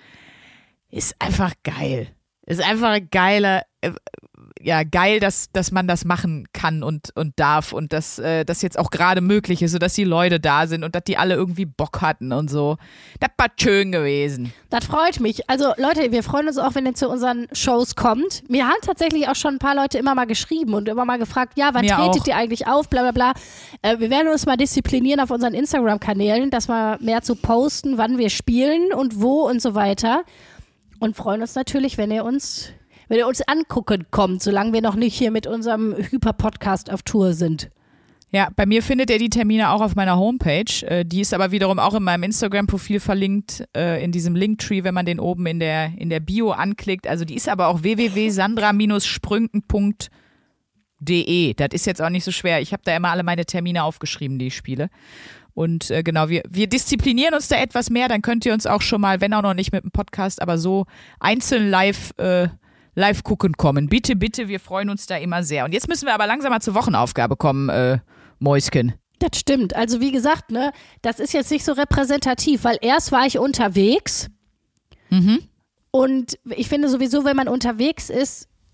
ist einfach geil, ist einfach ein geiler, äh, ja geil, dass, dass man das machen kann und, und darf und dass äh, das jetzt auch gerade möglich ist, sodass die Leute da sind und dass die alle irgendwie Bock hatten und so. Das war schön gewesen. Das freut mich. Also Leute, wir freuen uns auch, wenn ihr zu unseren Shows kommt. Mir haben tatsächlich auch schon ein paar Leute immer mal geschrieben und immer mal gefragt, ja, wann Mir tretet auch. ihr eigentlich auf, bla bla bla. Äh, wir werden uns mal disziplinieren auf unseren Instagram-Kanälen, dass wir mehr zu posten, wann wir spielen und wo und so weiter. Und freuen uns natürlich, wenn ihr uns wenn ihr uns angucken kommt, solange wir noch nicht hier mit unserem Hyper-Podcast auf Tour sind. Ja, bei mir findet ihr die Termine auch auf meiner Homepage. Äh, die ist aber wiederum auch in meinem Instagram-Profil verlinkt, äh, in diesem Linktree, wenn man den oben in der, in der Bio anklickt. Also die ist aber auch w w w punkt sandra sprünken punkt d e. Das ist jetzt auch nicht so schwer. Ich habe da immer alle meine Termine aufgeschrieben, die ich spiele. Und äh, genau, wir, wir disziplinieren uns da etwas mehr. Dann könnt ihr uns auch schon mal, wenn auch noch nicht mit dem Podcast, aber so einzeln live äh, live gucken kommen. Bitte, bitte, wir freuen uns da immer sehr. Und jetzt müssen wir aber langsam mal zur Wochenaufgabe kommen, äh, Mäuschen. Das stimmt. Also wie gesagt, ne, das ist jetzt nicht so repräsentativ, weil erst war ich unterwegs mhm. und ich finde sowieso, wenn man unterwegs ist,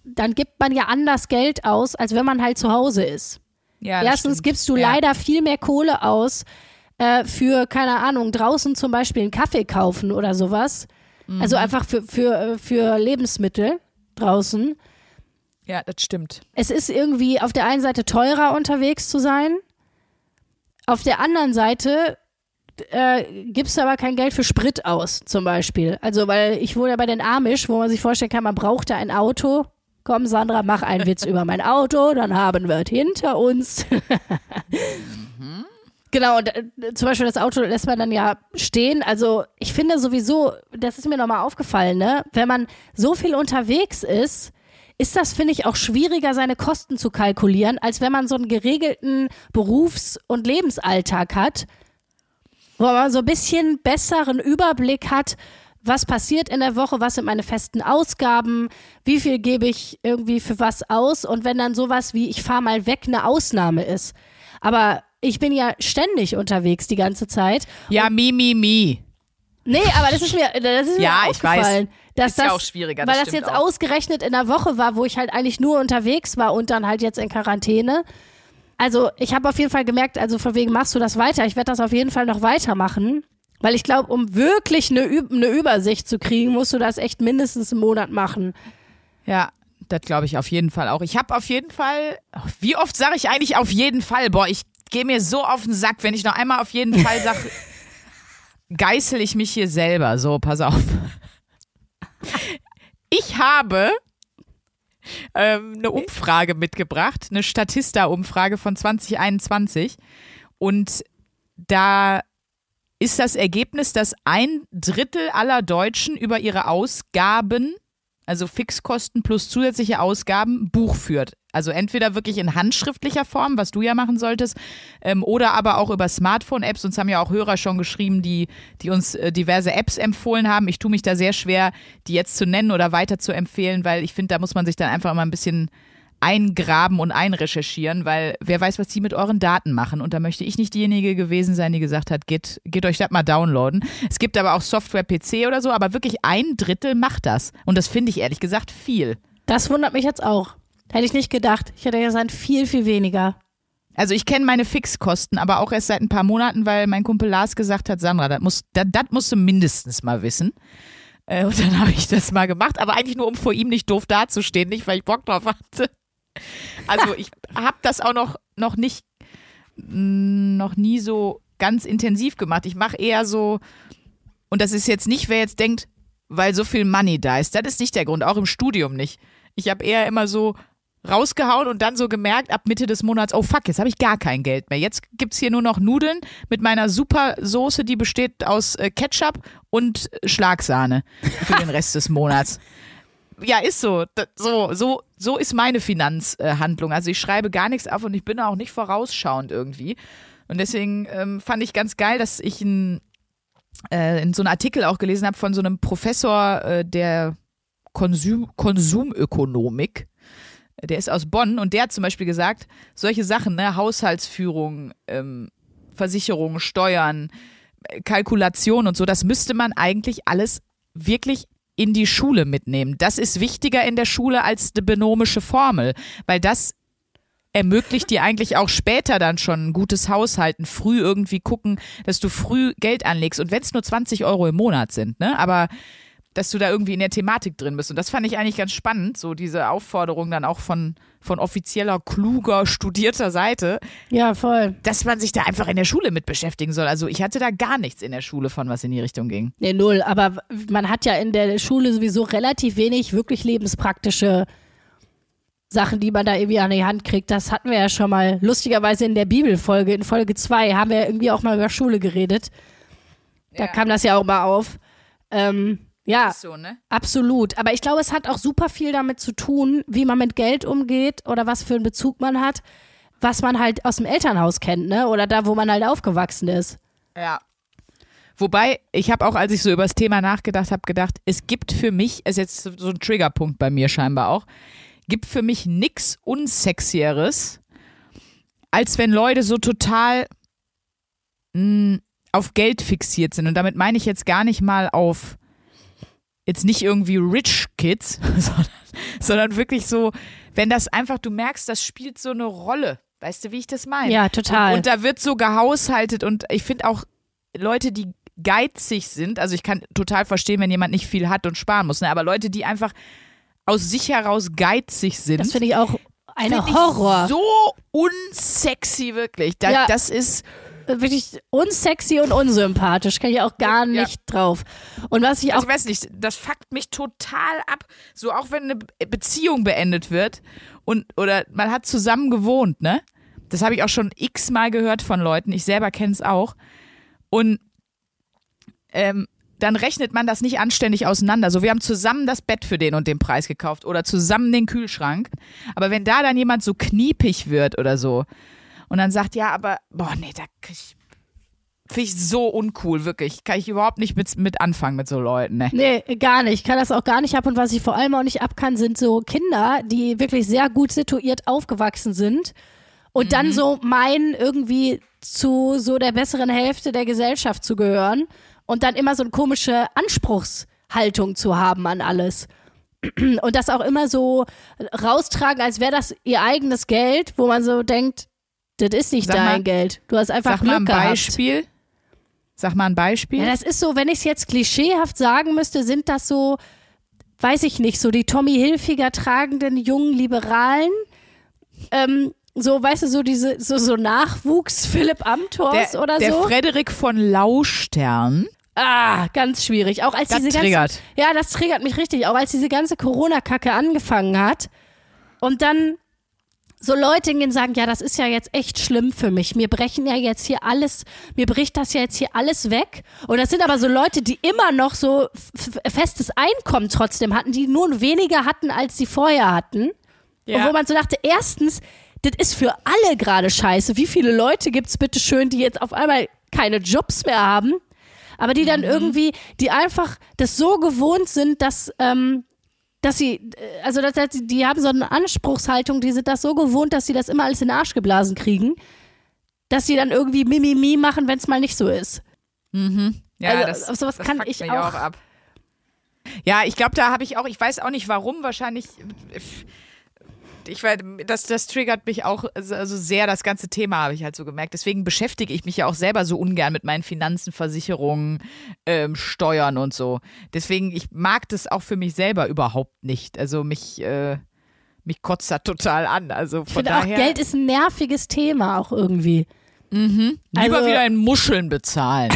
dann gibt man ja anders Geld aus, als wenn man halt zu Hause ist. Ja, das Erstens stimmt. gibst du ja. leider viel mehr Kohle aus äh, für, keine Ahnung, draußen zum Beispiel einen Kaffee kaufen oder sowas. Mhm. Also einfach für, für, für Lebensmittel draußen. Ja, das stimmt. Es ist irgendwie auf der einen Seite teurer unterwegs zu sein. Auf der anderen Seite äh, gibst du aber kein Geld für Sprit aus, zum Beispiel. Also, weil ich wohne ja bei den Amish, wo man sich vorstellen kann, man braucht da ein Auto. Komm, Sandra, mach einen Witz über mein Auto, dann haben wir es hinter uns. mhm. Genau, und äh, zum Beispiel das Auto lässt man dann ja stehen. Also, ich finde sowieso, das ist mir nochmal aufgefallen, ne? Wenn man so viel unterwegs ist, ist das, finde ich, auch schwieriger, seine Kosten zu kalkulieren, als wenn man so einen geregelten Berufs- und Lebensalltag hat, wo man so ein bisschen besseren Überblick hat, was passiert in der Woche, was sind meine festen Ausgaben, wie viel gebe ich irgendwie für was aus und wenn dann sowas wie ich fahre mal weg eine Ausnahme ist. Aber ich bin ja ständig unterwegs die ganze Zeit. Ja, mi, mi, mi. Nee, aber das ist mir, das ist mir Ja, ich aufgefallen. weiß. Dass ist das, ja auch schwieriger, weil das das jetzt stimmt auch. ausgerechnet in der Woche war, wo ich halt eigentlich nur unterwegs war und dann halt jetzt in Quarantäne. Also ich habe auf jeden Fall gemerkt, also von wegen machst du das weiter. Ich werde das auf jeden Fall noch weitermachen, weil ich glaube, um wirklich eine, Ü- eine Übersicht zu kriegen, musst du das echt mindestens einen Monat machen. Ja, das glaube ich auf jeden Fall auch. Ich habe auf jeden Fall, wie oft sage ich eigentlich auf jeden Fall? Boah, ich gehe mir so auf den Sack, wenn ich noch einmal auf jeden Fall sage, geißel ich mich hier selber. So, pass auf. Ich habe ähm, eine Umfrage mitgebracht, eine Statista-Umfrage von zwanzig einundzwanzig und da ist das Ergebnis, dass ein Drittel aller Deutschen über ihre Ausgaben, also Fixkosten plus zusätzliche Ausgaben, Buch führt. Also entweder wirklich in handschriftlicher Form, was du ja machen solltest, ähm, oder aber auch über Smartphone-Apps. Uns haben ja auch Hörer schon geschrieben, die, die uns äh, diverse Apps empfohlen haben. Ich tue mich da sehr schwer, die jetzt zu nennen oder weiter zu empfehlen, weil ich finde, da muss man sich dann einfach mal ein bisschen eingraben und einrecherchieren, weil wer weiß, was die mit euren Daten machen. Und da möchte ich nicht diejenige gewesen sein, die gesagt hat, geht, geht euch das mal downloaden. Es gibt aber auch Software-P C oder so, aber wirklich ein Drittel macht das. Und das finde ich ehrlich gesagt viel. Das wundert mich jetzt auch. Hätte ich nicht gedacht. Ich hätte gesagt, viel, viel weniger. Also ich kenne meine Fixkosten, aber auch erst seit ein paar Monaten, weil mein Kumpel Lars gesagt hat, Sandra, das musst, das, das musst du mindestens mal wissen. Äh, und dann habe ich das mal gemacht, aber eigentlich nur, um vor ihm nicht doof dazustehen, nicht weil ich Bock drauf hatte. Also ich habe das auch noch, noch nicht, noch nie so ganz intensiv gemacht. Ich mache eher so, und das ist jetzt nicht, wer jetzt denkt, weil so viel Money da ist. Das ist nicht der Grund, auch im Studium nicht. Ich habe eher immer so rausgehauen und dann so gemerkt, ab Mitte des Monats, oh fuck, jetzt habe ich gar kein Geld mehr. Jetzt gibt's hier nur noch Nudeln mit meiner super Soße, die besteht aus äh, Ketchup und Schlagsahne für den Rest des Monats. Ja, ist so. Das, so, so, so ist meine Finanzhandlung. Also ich schreibe gar nichts auf und ich bin auch nicht vorausschauend irgendwie. Und deswegen ähm, fand ich ganz geil, dass ich ein, äh, in so einem Artikel auch gelesen habe von so einem Professor äh, der Konsum, Konsumökonomik. Der ist aus Bonn und der hat zum Beispiel gesagt, solche Sachen, ne, Haushaltsführung, ähm, Versicherungen, Steuern, Kalkulation und so, das müsste man eigentlich alles wirklich in die Schule mitnehmen. Das ist wichtiger in der Schule als die binomische Formel, weil das ermöglicht dir eigentlich auch später dann schon ein gutes Haushalten, früh irgendwie gucken, dass du früh Geld anlegst und wenn es nur zwanzig Euro im Monat sind, ne, aber dass du da irgendwie in der Thematik drin bist und das fand ich eigentlich ganz spannend, so diese Aufforderung dann auch von, von offizieller, kluger, studierter Seite. Ja, voll. Dass man sich da einfach in der Schule mit beschäftigen soll. Also ich hatte da gar nichts in der Schule von, was in die Richtung ging. Nee, null. Aber man hat ja in der Schule sowieso relativ wenig wirklich lebenspraktische Sachen, die man da irgendwie an die Hand kriegt. Das hatten wir ja schon mal lustigerweise in der Bibelfolge. In Folge zwei haben wir ja irgendwie auch mal über Schule geredet. Da Ja. kam das ja auch mal auf. Ähm, ja, Ist so, ne? absolut. Aber ich glaube, es hat auch super viel damit zu tun, wie man mit Geld umgeht oder was für einen Bezug man hat, was man halt aus dem Elternhaus kennt, ne? Oder da, wo man halt aufgewachsen ist. Ja. Wobei, ich habe auch, als ich so über das Thema nachgedacht habe, gedacht, es gibt für mich, ist jetzt so ein Triggerpunkt bei mir scheinbar auch, gibt für mich nix Unsexieres, als wenn Leute so total mh, auf Geld fixiert sind. Und damit meine ich jetzt gar nicht mal auf, jetzt nicht irgendwie Rich Kids, sondern sondern wirklich so, wenn das einfach, du merkst, das spielt so eine Rolle. Weißt du, wie ich das meine? Ja, total. Und, und da wird so gehaushaltet und ich finde auch Leute, die geizig sind, also ich kann total verstehen, wenn jemand nicht viel hat und sparen muss, ne? Aber Leute, die einfach aus sich heraus geizig sind. Das finde ich auch ein find Horror. Ich so unsexy, wirklich. Da, Ja. Das ist Wirklich unsexy und unsympathisch. Kann ich auch gar Ja. nicht drauf. Und was ich auch. Also ich weiß nicht, das fuckt mich total ab. So auch wenn eine Be- Beziehung beendet wird und oder man hat zusammen gewohnt, ne? Das habe ich auch schon x-mal gehört von Leuten. Ich selber kenne es auch. Und ähm, dann rechnet man das nicht anständig auseinander. So, wir haben zusammen das Bett für den und den Preis gekauft oder zusammen den Kühlschrank. Aber wenn da dann jemand so kniepig wird oder so und dann sagt, ja, aber, boah, nee, da krieg ich, finde ich so uncool, wirklich. Kann ich überhaupt nicht mit, mit anfangen mit so Leuten, ne? Nee, gar nicht. Ich kann das auch gar nicht ab. Und was ich vor allem auch nicht ab kann, sind so Kinder, die wirklich sehr gut situiert aufgewachsen sind und mhm. dann so meinen, irgendwie zu so der besseren Hälfte der Gesellschaft zu gehören und dann immer so eine komische Anspruchshaltung zu haben an alles. Und das auch immer so raustragen, als wäre das ihr eigenes Geld, wo man so denkt, das ist nicht Sag dein mal, Geld. Du hast einfach Sag Glück mal ein gehabt. Beispiel. Sag mal ein Beispiel. Ja, das ist so, wenn ich es jetzt klischeehaft sagen müsste, sind das so, weiß ich nicht, so die Tommy Hilfiger tragenden jungen Liberalen, ähm, so, weißt du, so diese, so, so Nachwuchs Philipp Amthors der, oder der so. Frederik von Laustern. Ah, ganz schwierig. Auch als Das diese triggert. ganze, ja, das triggert mich richtig. Auch als diese ganze Corona-Kacke angefangen hat und dann so Leute hingehen und sagen, ja, das ist ja jetzt echt schlimm für mich. Mir brechen ja jetzt hier alles, mir bricht das ja jetzt hier alles weg. Und das sind aber so Leute, die immer noch so f- festes Einkommen trotzdem hatten, die nur weniger hatten, als sie vorher hatten. Ja. Und wo man so dachte, erstens, das ist für alle gerade scheiße. Wie viele Leute gibt's bitte schön, die jetzt auf einmal keine Jobs mehr haben, aber die dann Mhm. irgendwie, die einfach das so gewohnt sind, dass, ähm, dass sie, also dass, dass, die haben so eine Anspruchshaltung, die sind das so gewohnt, dass sie das immer alles in den Arsch geblasen kriegen, dass sie dann irgendwie Mimimi machen, wenn es mal nicht so ist. Mhm. Ja, Also, das, auf sowas das kann fuckt ich mich auch- ab. Ja, ich glaube, da habe ich auch, ich weiß auch nicht warum, wahrscheinlich, ich weiß, das, das triggert mich auch also sehr, das ganze Thema habe ich halt so gemerkt. Deswegen beschäftige ich mich ja auch selber so ungern mit meinen Finanzen, Versicherungen, ähm, Steuern und so. Deswegen, ich mag das auch für mich selber überhaupt nicht. Also mich, äh, mich kotzt das total an. Also Ich von finde auch, daher Geld ist ein nerviges Thema auch irgendwie. lieber also- wieder in Muscheln bezahlen.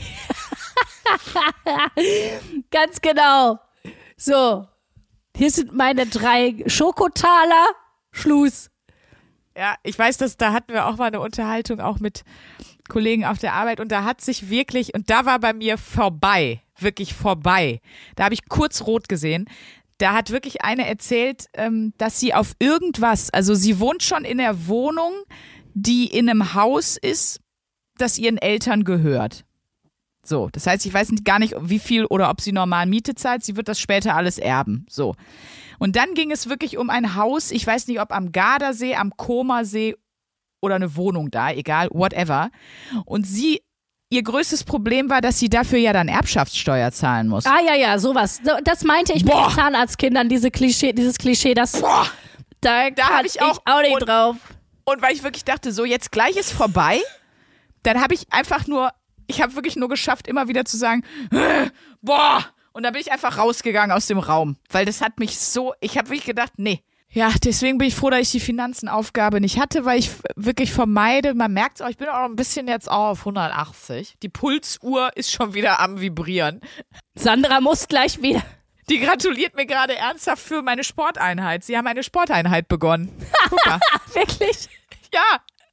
Ganz genau. So, hier sind meine drei Schokotaler. Schluss. Ja, ich weiß, dass da hatten wir auch mal eine Unterhaltung auch mit Kollegen auf der Arbeit und da hat sich wirklich, und da war bei mir vorbei, wirklich vorbei. Da habe ich kurz rot gesehen. Da hat wirklich eine erzählt, ähm, dass sie auf irgendwas, also sie wohnt schon in der Wohnung, die in einem Haus ist, das ihren Eltern gehört. So, das heißt, ich weiß nicht, gar nicht, wie viel oder ob sie normal Miete zahlt. Sie wird das später alles erben. So. Und dann ging es wirklich um ein Haus, ich weiß nicht, ob am Gardasee, am Comersee oder eine Wohnung da, egal, whatever. Und sie, ihr größtes Problem war, dass sie dafür ja dann Erbschaftssteuer zahlen muss. Ah, ja, ja, sowas. So, das meinte ich Boah. mit den Zahnarztkindern, diese Klischee, dieses Klischee, das, Boah. da, Da kann hab ich auch- nicht und- drauf. Und weil ich wirklich dachte, so jetzt gleich ist vorbei, dann habe ich einfach nur, ich habe wirklich nur geschafft, immer wieder zu sagen, äh, boah, und dann bin ich einfach rausgegangen aus dem Raum, weil das hat mich so, ich habe wirklich gedacht, nee. Ja, deswegen bin ich froh, dass ich die Finanzenaufgabe nicht hatte, weil ich wirklich vermeide, man merkt es auch, ich bin auch ein bisschen jetzt auch auf hundertachtzig. Die Pulsuhr ist schon wieder am Vibrieren. Sandra muss gleich wieder. Die gratuliert mir gerade ernsthaft für meine Sporteinheit. Sie haben eine Sporteinheit begonnen. Guck mal. Wirklich? Ja.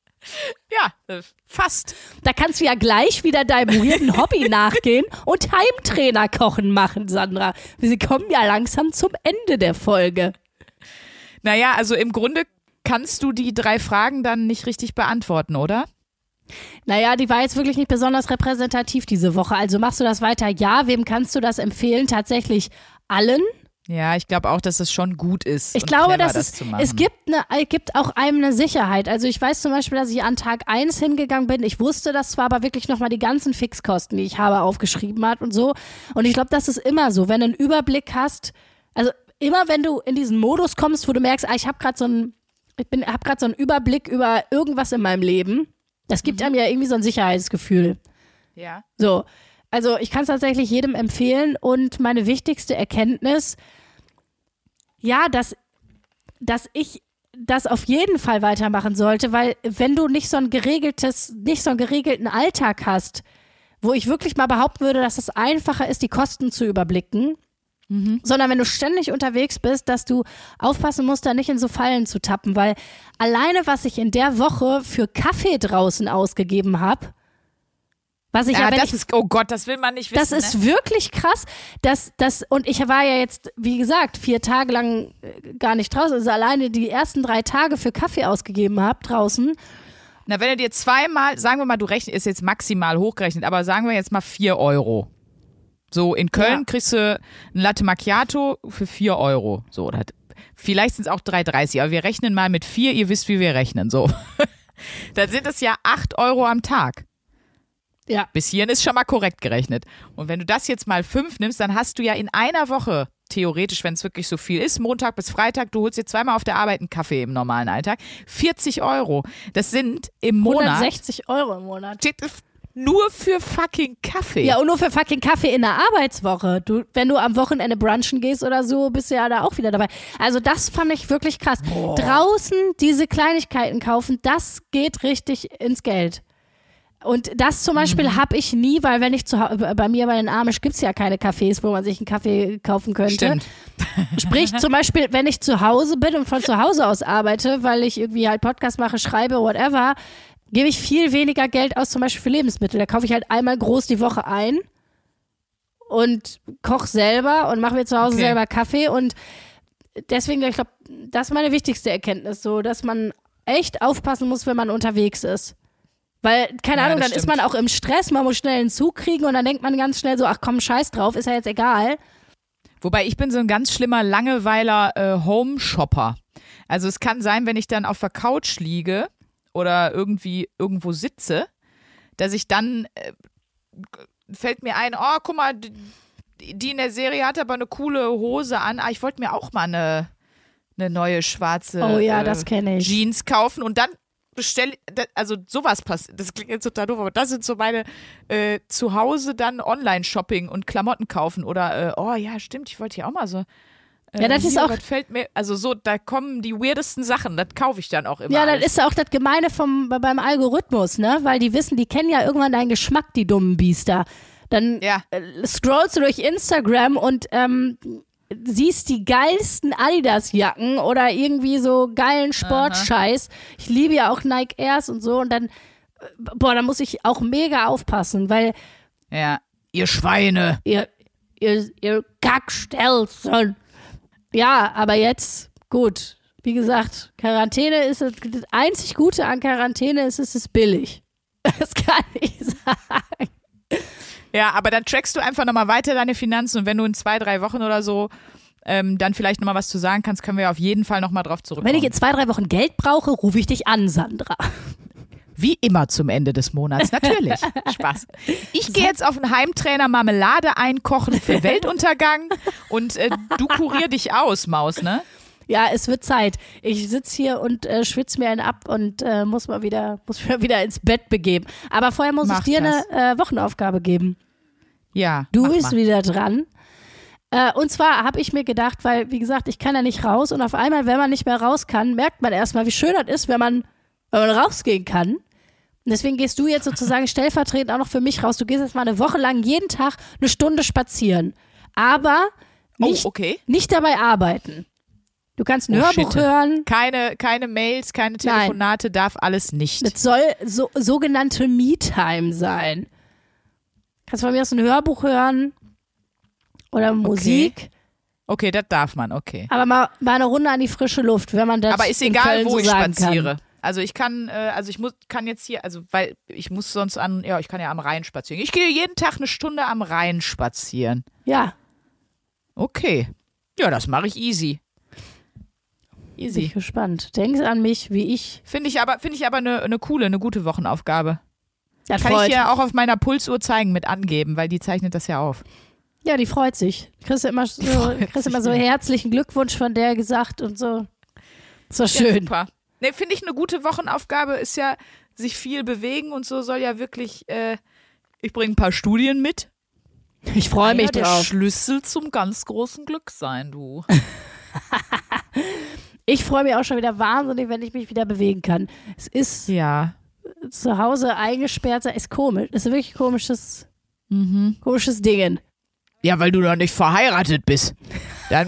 Ja, äh, fast. Da kannst du ja gleich wieder deinem weirden Hobby nachgehen und Heimtrainer kochen machen, Sandra. Wir kommen ja langsam zum Ende der Folge. Naja, also im Grunde kannst du die drei Fragen dann nicht richtig beantworten, oder? Naja, die war jetzt wirklich nicht besonders repräsentativ diese Woche. Also machst du das weiter? Ja. Wem kannst du das empfehlen? Tatsächlich allen? Ja, ich glaube auch, dass es schon gut ist. Ich und glaube, clever, dass das es, zu machen. es gibt, eine, gibt auch einem eine Sicherheit. Also ich weiß zum Beispiel, dass ich an Tag eins hingegangen bin. Ich wusste das zwar, aber wirklich nochmal die ganzen Fixkosten, die ich habe, aufgeschrieben hat und so. Und ich glaube, das ist immer so. Wenn du einen Überblick hast, also immer wenn du in diesen Modus kommst, wo du merkst, ah, ich habe gerade so einen, ich bin, habe gerade so einen Überblick über irgendwas in meinem Leben, das gibt mhm. einem ja irgendwie so ein Sicherheitsgefühl. Ja. So, also ich kann es tatsächlich jedem empfehlen und meine wichtigste Erkenntnis, ja, dass, dass ich das auf jeden Fall weitermachen sollte, weil wenn du nicht so ein geregeltes, nicht so einen geregelten Alltag hast, wo ich wirklich mal behaupten würde, dass es einfacher ist, die Kosten zu überblicken, mhm. sondern wenn du ständig unterwegs bist, dass du aufpassen musst, da nicht in so Fallen zu tappen, weil alleine, was ich in der Woche für Kaffee draußen ausgegeben habe, was ich ja, ja, das ich, ist, oh Gott, das will man nicht wissen. Das ist ne? wirklich krass. Das, das, und ich war ja jetzt, wie gesagt, vier Tage lang gar nicht draußen. Also alleine die ersten drei Tage für Kaffee ausgegeben habe draußen. Na, wenn du dir zweimal, sagen wir mal, du rechnest, ist jetzt maximal hochgerechnet, aber sagen wir jetzt mal vier Euro. So, in Köln ja. kriegst du ein Latte Macchiato für vier Euro. So, das, vielleicht sind es auch drei dreißig, aber wir rechnen mal mit vier, ihr wisst, wie wir rechnen. So. Dann sind es ja acht Euro am Tag. Ja. Bis hierhin ist schon mal korrekt gerechnet. Und wenn du das jetzt mal fünf nimmst, dann hast du ja in einer Woche, theoretisch, wenn es wirklich so viel ist, Montag bis Freitag, du holst dir zweimal auf der Arbeit einen Kaffee im normalen Alltag, vierzig Euro. Das sind im Monat hundertsechzig Euro im Monat. Nur für fucking Kaffee. Ja, und nur für fucking Kaffee in der Arbeitswoche. Du, wenn du am Wochenende brunchen gehst oder so, bist du ja da auch wieder dabei. Also das fand ich wirklich krass. Boah. Draußen diese Kleinigkeiten kaufen, das geht richtig ins Geld. Und das zum Beispiel mhm. habe ich nie, weil wenn ich zu Hause, bei mir bei den Amish gibt es ja keine Cafés, wo man sich einen Kaffee kaufen könnte. Stimmt. Sprich zum Beispiel, wenn ich zu Hause bin und von zu Hause aus arbeite, weil ich irgendwie halt Podcast mache, schreibe, whatever, gebe ich viel weniger Geld aus, zum Beispiel für Lebensmittel. Da kaufe ich halt einmal groß die Woche ein und koche selber und mache mir zu Hause okay. selber Kaffee. Und deswegen, ich glaube, das ist meine wichtigste Erkenntnis, so, dass man echt aufpassen muss, wenn man unterwegs ist. Weil, keine ja, Ahnung, dann stimmt. ist man auch im Stress, man muss schnell einen Zug kriegen und dann denkt man ganz schnell so, ach komm, scheiß drauf, ist ja jetzt egal. Wobei ich bin so ein ganz schlimmer Langeweiler äh, Home-Shopper. Also es kann sein, wenn ich dann auf der Couch liege oder irgendwie irgendwo sitze, dass ich dann, äh, fällt mir ein, oh, guck mal, die, die in der Serie hat aber eine coole Hose an, ah, ich wollte mir auch mal eine, eine neue schwarze oh, ja, äh, das kenn ich. Jeans kaufen und dann bestell, also sowas passiert, das klingt jetzt total doof, aber das sind so meine äh, zu Hause dann Online-Shopping und Klamotten kaufen oder, äh, oh ja, stimmt, ich wollte hier auch mal so. Äh, ja, das ist auch. Das fällt mir, also so, da kommen die weirdesten Sachen, das kaufe ich dann auch immer. Ja, das alles. ist ja auch das Gemeine vom, beim Algorithmus, ne? Weil die wissen, die kennen ja irgendwann deinen Geschmack, die dummen Biester. Dann ja. äh, scrollst du durch Instagram und ähm, siehst die geilsten Adidas-Jacken oder irgendwie so geilen Sportscheiß. Aha. Ich liebe ja auch Nike Airs und so und dann, boah, da muss ich auch mega aufpassen, weil ja, ihr Schweine. Ihr, ihr, ihr Kackstelzen. Ja, aber jetzt, gut, wie gesagt, Quarantäne ist das, das einzig Gute an Quarantäne ist, es ist billig. Das kann ich sagen. Ja, aber dann trackst du einfach nochmal weiter deine Finanzen und wenn du in zwei, drei Wochen oder so ähm, dann vielleicht nochmal was zu sagen kannst, können wir auf jeden Fall nochmal drauf zurückkommen. Wenn ich in zwei, drei Wochen Geld brauche, rufe ich dich an, Sandra. Wie immer zum Ende des Monats, natürlich. Spaß. Ich gehe jetzt auf einen Heimtrainer Marmelade einkochen für Weltuntergang und äh, du kurier dich aus, Maus, ne? Ja, es wird Zeit. Ich sitze hier und äh, schwitze mir einen ab und äh, muss mal wieder, muss mich mal wieder ins Bett begeben. Aber vorher muss Mach ich dir das. eine äh, Wochenaufgabe geben. Ja. Du mach bist mal. wieder dran. Äh, und zwar habe ich mir gedacht, weil, wie gesagt, ich kann ja nicht raus und auf einmal, wenn man nicht mehr raus kann, merkt man erstmal, wie schön das ist, wenn man, wenn man rausgehen kann. Und deswegen gehst du jetzt sozusagen stellvertretend auch noch für mich raus. Du gehst jetzt mal eine Woche lang jeden Tag eine Stunde spazieren. Aber nicht, oh, okay. nicht dabei arbeiten. Du kannst ein oh, Hörbuch shit. hören. Keine, keine Mails, keine Telefonate, Nein. darf alles nicht. Das soll so, sogenannte Me-Time sein. Kannst von mir aus ein Hörbuch hören oder Musik. Okay, okay, das darf man, okay. Aber mal, mal eine Runde an die frische Luft, wenn man das Aber ist in egal, Köln wo so ich sagen spaziere. Kann. Also ich kann, äh, also ich muss, kann jetzt hier, also weil ich muss sonst an, ja, ich kann ja am Rhein spazieren. Ich gehe jeden Tag eine Stunde am Rhein spazieren. Ja. Okay. Ja, das mache ich easy. Easy. Bin ich gespannt. Denk an mich, wie ich. Finde ich aber, finde ich aber eine, eine coole, eine gute Wochenaufgabe. Das kann freut ich dir mich. auch auf meiner Pulsuhr zeigen mit angeben, weil die zeichnet das ja auf. Ja, die freut sich. Kriegst du immer so, kriegst immer so herzlichen Glückwunsch von der gesagt und so. So schön. Ja, super. Ne, finde ich eine gute Wochenaufgabe ist ja, sich viel bewegen und so soll ja wirklich, äh, ich bringe ein paar Studien mit. Ich freue mich der drauf. Schlüssel zum ganz großen Glück sein, du. Ich freue mich auch schon wieder wahnsinnig, wenn ich mich wieder bewegen kann. Es ist Ja. zu Hause eingesperrt sein, ist komisch. Ist wirklich komisches, Mhm. komisches Ding. Ja, weil du noch nicht verheiratet bist. Dann,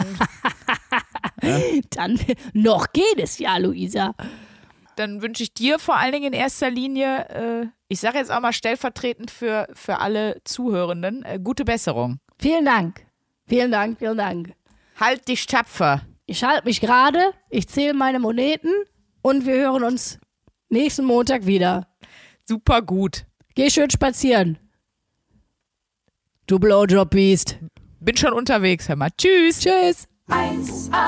Dann noch geht es ja, Luisa. dann wünsche ich dir vor allen Dingen in erster Linie, äh, ich sage jetzt auch mal stellvertretend für, für alle Zuhörenden, äh, gute Besserung. Vielen Dank. Vielen Dank, vielen Dank. Halt dich tapfer. Ich halte mich gerade, ich zähle meine Moneten und wir hören uns nächsten Montag wieder. Super gut. Geh schön spazieren. Du Blowjob-Biest. Bin schon unterwegs, hör mal. Tschüss. Tschüss. eins a,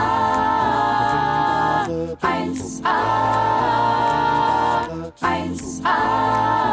eins a, eins a.